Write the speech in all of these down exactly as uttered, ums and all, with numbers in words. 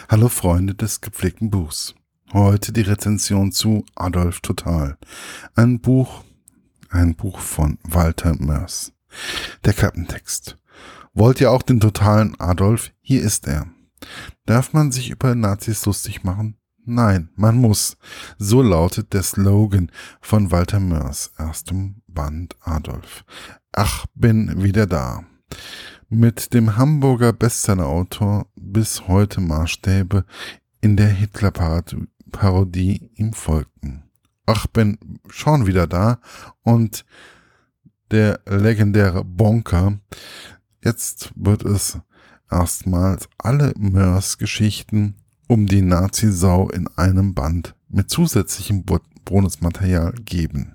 Hallo Freunde des gepflegten Buchs. Heute die Rezension zu Adolf Total. Ein Buch, ein Buch von Walter Moers. Der Klappentext. Wollt ihr auch den totalen Adolf? Hier ist er. Darf man sich über Nazis lustig machen? Nein, man muss. So lautet der Slogan von Walter Moers erstem Band Adolf. Ach, bin wieder da. Mit dem Hamburger Bestsellerautor bis heute Maßstäbe in der Hitler-Parodie ihm folgten. Ach, bin schon wieder da und der legendäre Bonker. Jetzt wird es erstmals alle Moers-Geschichten um die Nazi-Sau in einem Band mit zusätzlichem Bonusmaterial geben.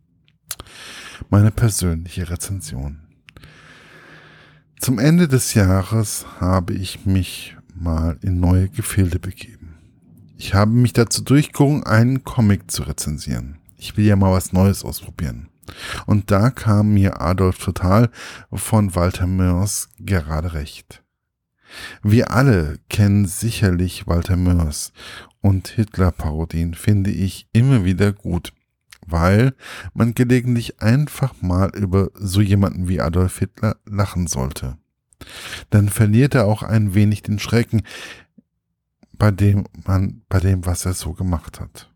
Meine persönliche Rezension. Zum Ende des Jahres habe ich mich mal in neue Gefilde begeben. Ich habe mich dazu durchgerungen, einen Comic zu rezensieren. Ich will ja mal was Neues ausprobieren. Und da kam mir Adolf Total von Walter Moers gerade recht. Wir alle kennen sicherlich Walter Moers und Hitler-Parodien finde ich immer wieder gut, weil man gelegentlich einfach mal über so jemanden wie Adolf Hitler lachen sollte. Dann verliert er auch ein wenig den Schrecken bei dem, man, bei dem, was er so gemacht hat.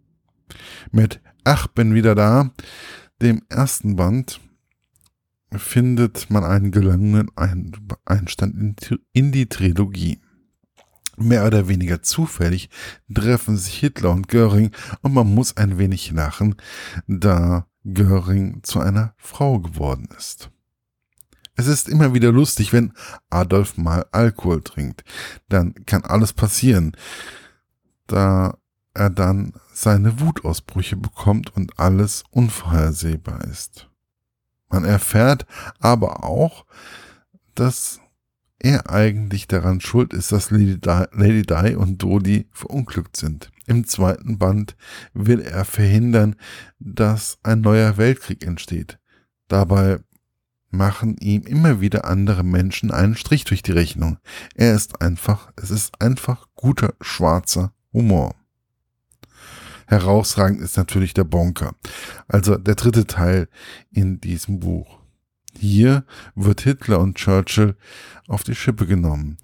Mit Ach, bin wieder da, dem ersten Band, findet man einen gelungenen Einstand in die Trilogie. Mehr oder weniger zufällig treffen sich Hitler und Göring und man muss ein wenig lachen, da Göring zu einer Frau geworden ist. Es ist immer wieder lustig, wenn Adolf mal Alkohol trinkt. Dann kann alles passieren, da er dann seine Wutausbrüche bekommt und alles unvorhersehbar ist. Man erfährt aber auch, dass er eigentlich daran schuld ist, dass Lady Di, Lady Di und Dodi verunglückt sind. Im zweiten Band will er verhindern, dass ein neuer Weltkrieg entsteht. Dabei machen ihm immer wieder andere Menschen einen Strich durch die Rechnung. Er ist einfach, es ist einfach guter schwarzer Humor. Herausragend ist natürlich der Bonker, also der dritte Teil in diesem Buch. Hier wird Hitler und Churchill auf die Schippe genommen,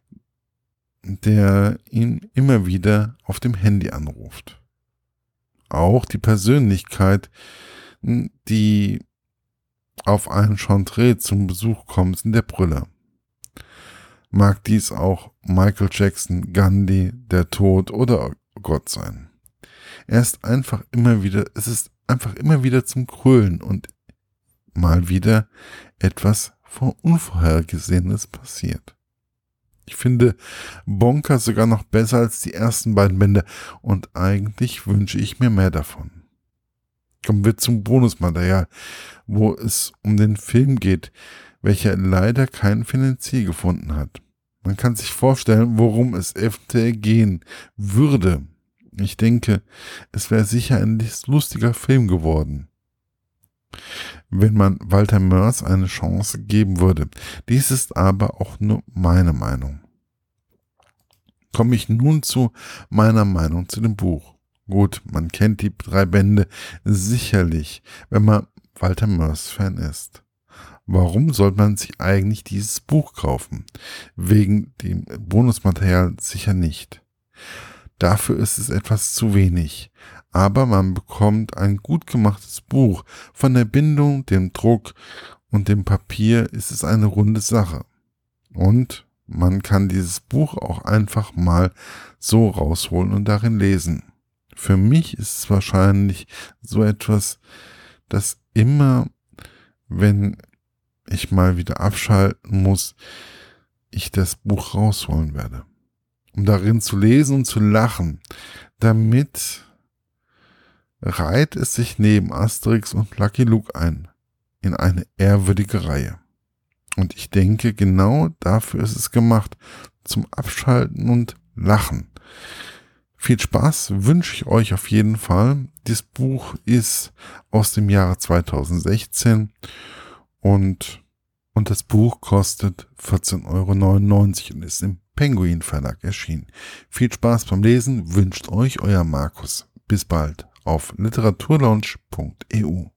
der ihn immer wieder auf dem Handy anruft. Auch die Persönlichkeit, die auf einen Chantre zum Besuch kommt, sind der Brüller. Mag dies auch Michael Jackson, Gandhi, der Tod oder Gott sein. Er ist einfach immer wieder, es ist einfach immer wieder zum Krölen und mal wieder etwas Unvorhergesehenes passiert. Ich finde Bonker sogar noch besser als die ersten beiden Bände und eigentlich wünsche ich mir mehr davon. Kommen wir zum Bonusmaterial, wo es um den Film geht, welcher leider kein Finanzier gefunden hat. Man kann sich vorstellen, worum es eventuell gehen würde. Ich denke, es wäre sicher ein lustiger Film geworden, wenn man Walter Moers eine Chance geben würde. Dies ist aber auch nur meine Meinung. Komme ich nun zu meiner Meinung zu dem Buch. Gut, man kennt die drei Bände sicherlich, wenn man Walter Moers-Fan ist. Warum sollte man sich eigentlich dieses Buch kaufen? Wegen dem Bonusmaterial sicher nicht. Dafür ist es etwas zu wenig, aber man bekommt ein gut gemachtes Buch. Von der Bindung, dem Druck und dem Papier ist es eine runde Sache. Und man kann dieses Buch auch einfach mal so rausholen und darin lesen. Für mich ist es wahrscheinlich so etwas, das immer, wenn ich mal wieder abschalten muss, ich das Buch rausholen werde. Um darin zu lesen und zu lachen. Damit reiht es sich neben Asterix und Lucky Luke ein. In eine ehrwürdige Reihe. Und ich denke, genau dafür ist es gemacht. Zum Abschalten und Lachen. Viel Spaß wünsche ich euch auf jeden Fall. Das Buch ist aus dem Jahre zweitausendsechzehn und, und das Buch kostet vierzehn Euro neunundneunzig und ist im Penguin Verlag erschienen. Viel Spaß beim Lesen wünscht euch euer Markus. Bis bald auf literaturlaunch punkt e u.